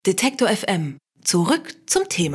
Detektor FM. Zurück zum Thema.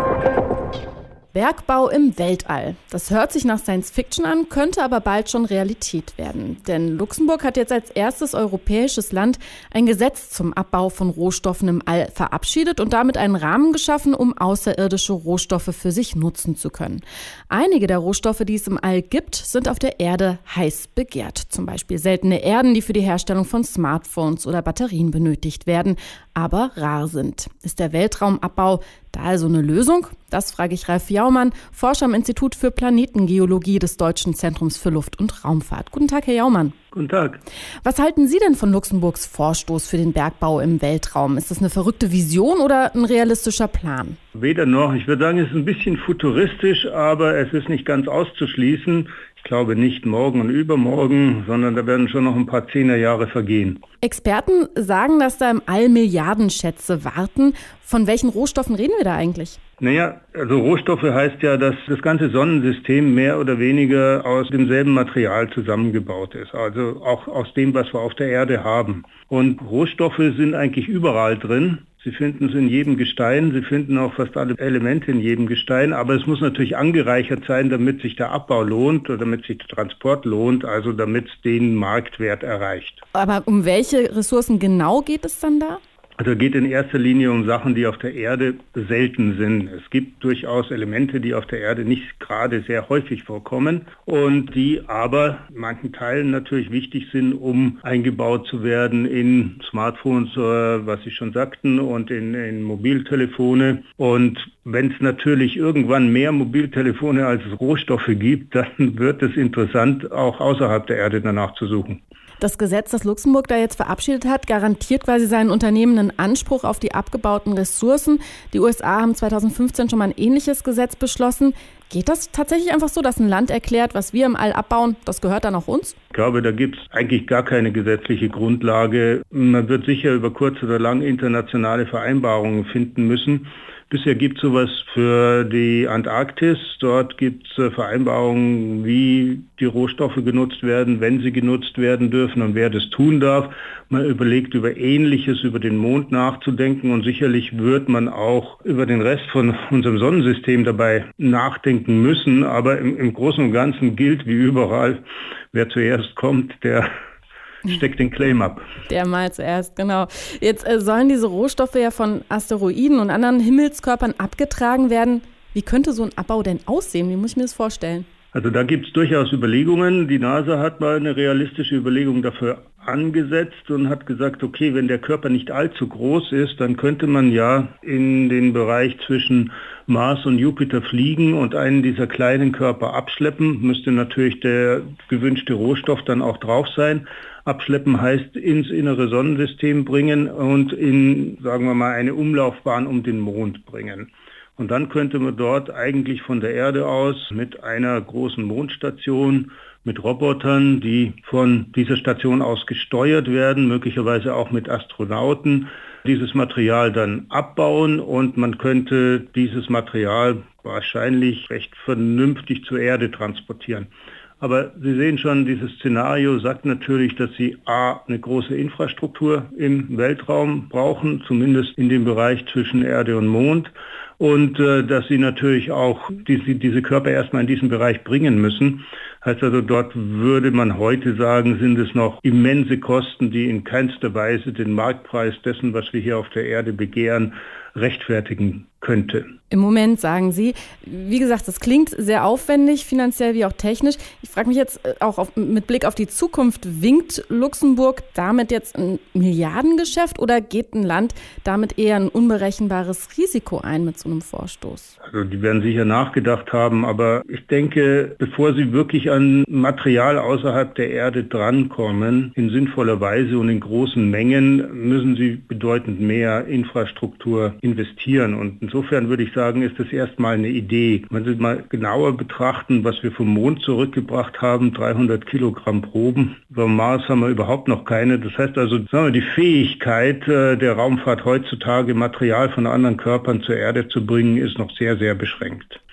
Bergbau im Weltall. Das hört sich nach Science Fiction an, könnte aber bald schon Realität werden. Denn Luxemburg hat jetzt als erstes europäisches Land ein Gesetz zum Abbau von Rohstoffen im All verabschiedet und damit einen Rahmen geschaffen, um außerirdische Rohstoffe für sich nutzen zu können. Einige der Rohstoffe, die es im All gibt, sind auf der Erde heiß begehrt. Zum Beispiel seltene Erden, die für die Herstellung von Smartphones oder Batterien benötigt werden, aber rar sind. Ist der Weltraumabbau da also eine Lösung? Das frage ich Ralf Jaumann, Forscher am Institut für Planetengeologie des Deutschen Zentrums für Luft- und Raumfahrt. Guten Tag, Herr Jaumann. Guten Tag. Was halten Sie denn von Luxemburgs Vorstoß für den Bergbau im Weltraum? Ist das eine verrückte Vision oder ein realistischer Plan? Weder noch. Ich würde sagen, es ist ein bisschen futuristisch, aber es ist nicht ganz auszuschließen. Ich glaube nicht morgen und übermorgen, sondern da werden schon noch ein paar Zehnerjahre vergehen. Experten sagen, dass da im All Milliardenschätze warten. Von welchen Rohstoffen reden wir da eigentlich? Naja, also Rohstoffe heißt ja, dass das ganze Sonnensystem mehr oder weniger aus demselben Material zusammengebaut ist. Also auch aus dem, was wir auf der Erde haben. Und Rohstoffe sind eigentlich überall drin. Sie finden es in jedem Gestein, Sie finden auch fast alle Elemente in jedem Gestein, aber es muss natürlich angereichert sein, damit sich der Abbau lohnt oder damit sich der Transport lohnt, also damit es den Marktwert erreicht. Aber um welche Ressourcen genau geht es dann da? Also es geht in erster Linie um Sachen, die auf der Erde selten sind. Es gibt durchaus Elemente, die auf der Erde nicht gerade sehr häufig vorkommen und die aber in manchen Teilen natürlich wichtig sind, um eingebaut zu werden in Smartphones, was Sie schon sagten, und in Mobiltelefone. Und wenn es natürlich irgendwann mehr Mobiltelefone als Rohstoffe gibt, dann wird es interessant, auch außerhalb der Erde danach zu suchen. Das Gesetz, das Luxemburg da jetzt verabschiedet hat, garantiert quasi seinen Unternehmen einen Anspruch auf die abgebauten Ressourcen. Die USA haben 2015 schon mal ein ähnliches Gesetz beschlossen. Geht das tatsächlich einfach so, dass ein Land erklärt, was wir im All abbauen, das gehört dann auch uns? Ich glaube, da gibt es eigentlich gar keine gesetzliche Grundlage. Man wird sicher über kurz oder lang internationale Vereinbarungen finden müssen. Bisher gibt es sowas für die Antarktis. Dort gibt es Vereinbarungen, wie die Rohstoffe genutzt werden, wenn sie genutzt werden dürfen und wer das tun darf. Man überlegt über Ähnliches, über den Mond nachzudenken und sicherlich wird man auch über den Rest von unserem Sonnensystem dabei nachdenken müssen. Aber im Großen und Ganzen gilt wie überall, wer zuerst kommt, der steckt den Claim ab. Der mal zuerst, genau. Jetzt sollen diese Rohstoffe ja von Asteroiden und anderen Himmelskörpern abgetragen werden. Wie könnte so ein Abbau denn aussehen? Wie muss ich mir das vorstellen? Also da gibt es durchaus Überlegungen. Die NASA hat mal eine realistische Überlegung dafür angesetzt und hat gesagt, okay, wenn der Körper nicht allzu groß ist, dann könnte man ja in den Bereich zwischen Mars und Jupiter fliegen und einen dieser kleinen Körper abschleppen. Müsste natürlich der gewünschte Rohstoff dann auch drauf sein. Abschleppen heißt ins innere Sonnensystem bringen und in, sagen wir mal, eine Umlaufbahn um den Mond bringen. Und dann könnte man dort eigentlich von der Erde aus mit einer großen Mondstation, mit Robotern, die von dieser Station aus gesteuert werden, möglicherweise auch mit Astronauten, dieses Material dann abbauen und man könnte dieses Material wahrscheinlich recht vernünftig zur Erde transportieren. Aber Sie sehen schon, dieses Szenario sagt natürlich, dass Sie eine große Infrastruktur im Weltraum brauchen, zumindest in dem Bereich zwischen Erde und Mond. Und dass Sie natürlich auch diese Körper erstmal in diesen Bereich bringen müssen. Heißt also, dort würde man heute sagen, sind es noch immense Kosten, die in keinster Weise den Marktpreis dessen, was wir hier auf der Erde begehren, rechtfertigen könnte. Im Moment, sagen Sie. Wie gesagt, das klingt sehr aufwendig, finanziell wie auch technisch. Ich frage mich jetzt auch mit Blick auf die Zukunft, winkt Luxemburg damit jetzt ein Milliardengeschäft oder geht ein Land damit eher ein unberechenbares Risiko ein mit so einem Vorstoß? Also die werden sicher nachgedacht haben, aber ich denke, bevor sie wirklich an Material außerhalb der Erde drankommen, in sinnvoller Weise und in großen Mengen, müssen sie bedeutend mehr Infrastruktur investieren. Und insofern würde ich sagen, ist das erstmal eine Idee. Wenn Sie mal genauer betrachten, was wir vom Mond zurückgebracht haben, 300 Kilogramm Proben. Über Mars haben wir überhaupt noch keine. Das heißt also, sagen wir, die Fähigkeit der Raumfahrt heutzutage, Material von anderen Körpern zur Erde zu bringen, ist noch sehr, sehr beschränkt.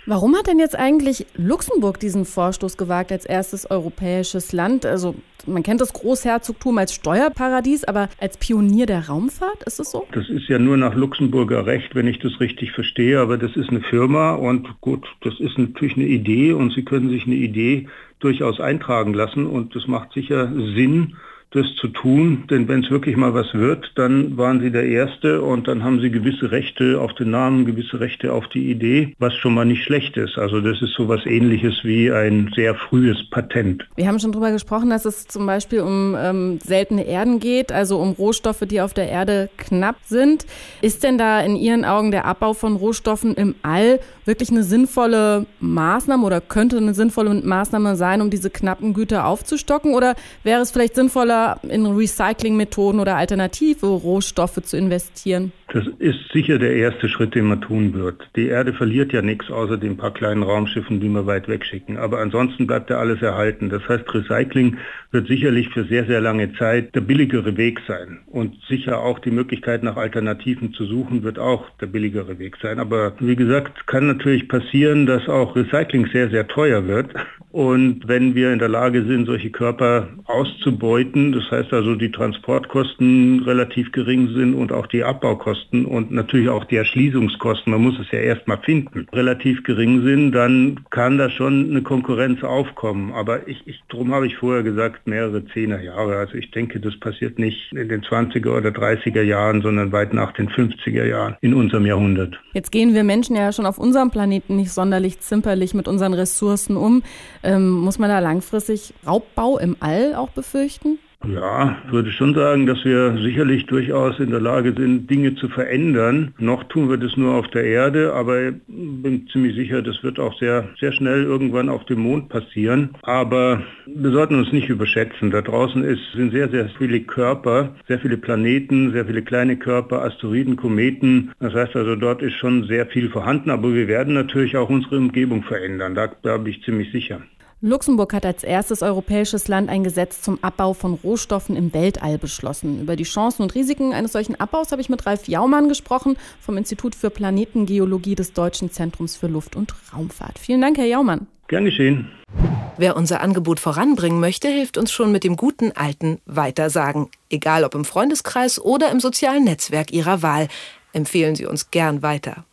Warum hat denn jetzt eigentlich Luxemburg diesen Vorstoß gewagt als erstes europäisches Land? Also man kennt das Großherzogtum als Steuerparadies, aber als Pionier der Raumfahrt, ist es so? Das ist ja nur nach Luxemburger Recht, wenn ich das richtig verstehe, aber das ist eine Firma und gut, das ist natürlich eine Idee und Sie können sich eine Idee durchaus eintragen lassen und das macht sicher Sinn, das zu tun, denn wenn es wirklich mal was wird, dann waren Sie der Erste und dann haben Sie gewisse Rechte auf den Namen, gewisse Rechte auf die Idee, was schon mal nicht schlecht ist. Also das ist sowas Ähnliches wie ein sehr frühes Patent. Wir haben schon darüber gesprochen, dass es zum Beispiel um seltene Erden geht, also um Rohstoffe, die auf der Erde knapp sind. Ist denn da in Ihren Augen der Abbau von Rohstoffen im All wirklich eine sinnvolle Maßnahme oder könnte eine sinnvolle Maßnahme sein, um diese knappen Güter aufzustocken? Oder wäre es vielleicht sinnvoller, in Recyclingmethoden oder alternative Rohstoffe zu investieren? Das ist sicher der erste Schritt, den man tun wird. Die Erde verliert ja nichts außer den paar kleinen Raumschiffen, die wir weit wegschicken. Aber ansonsten bleibt ja alles erhalten. Das heißt, Recycling wird sicherlich für sehr, sehr lange Zeit der billigere Weg sein. Und sicher auch die Möglichkeit, nach Alternativen zu suchen, wird auch der billigere Weg sein. Aber wie gesagt, kann natürlich passieren, dass auch Recycling sehr, sehr teuer wird. Und wenn wir in der Lage sind, solche Körper auszubeuten, das heißt also die Transportkosten relativ gering sind und auch die Abbaukosten und natürlich auch die Erschließungskosten, man muss es ja erstmal finden, relativ gering sind, dann kann da schon eine Konkurrenz aufkommen. Aber darum habe ich vorher gesagt, mehrere 10er Jahre. Also ich denke, das passiert nicht in den 20er oder 30er Jahren, sondern weit nach den 50er Jahren in unserem Jahrhundert. Jetzt gehen wir Menschen ja schon auf unserem Planeten nicht sonderlich zimperlich mit unseren Ressourcen um. Muss man da langfristig Raubbau im All auch befürchten? Ja, ich würde schon sagen, dass wir sicherlich durchaus in der Lage sind, Dinge zu verändern. Noch tun wir das nur auf der Erde, aber ich bin ziemlich sicher, das wird auch sehr, sehr schnell irgendwann auf dem Mond passieren. Aber wir sollten uns nicht überschätzen. Da draußen sind sehr, sehr viele Körper, sehr viele Planeten, sehr viele kleine Körper, Asteroiden, Kometen. Das heißt also, dort ist schon sehr viel vorhanden, aber wir werden natürlich auch unsere Umgebung verändern. Da bin ich ziemlich sicher. Luxemburg hat als erstes europäisches Land ein Gesetz zum Abbau von Rohstoffen im Weltall beschlossen. Über die Chancen und Risiken eines solchen Abbaus habe ich mit Ralf Jaumann gesprochen, vom Institut für Planetengeologie des Deutschen Zentrums für Luft- und Raumfahrt. Vielen Dank, Herr Jaumann. Gern geschehen. Wer unser Angebot voranbringen möchte, hilft uns schon mit dem guten alten Weitersagen. Egal ob im Freundeskreis oder im sozialen Netzwerk Ihrer Wahl. Empfehlen Sie uns gern weiter.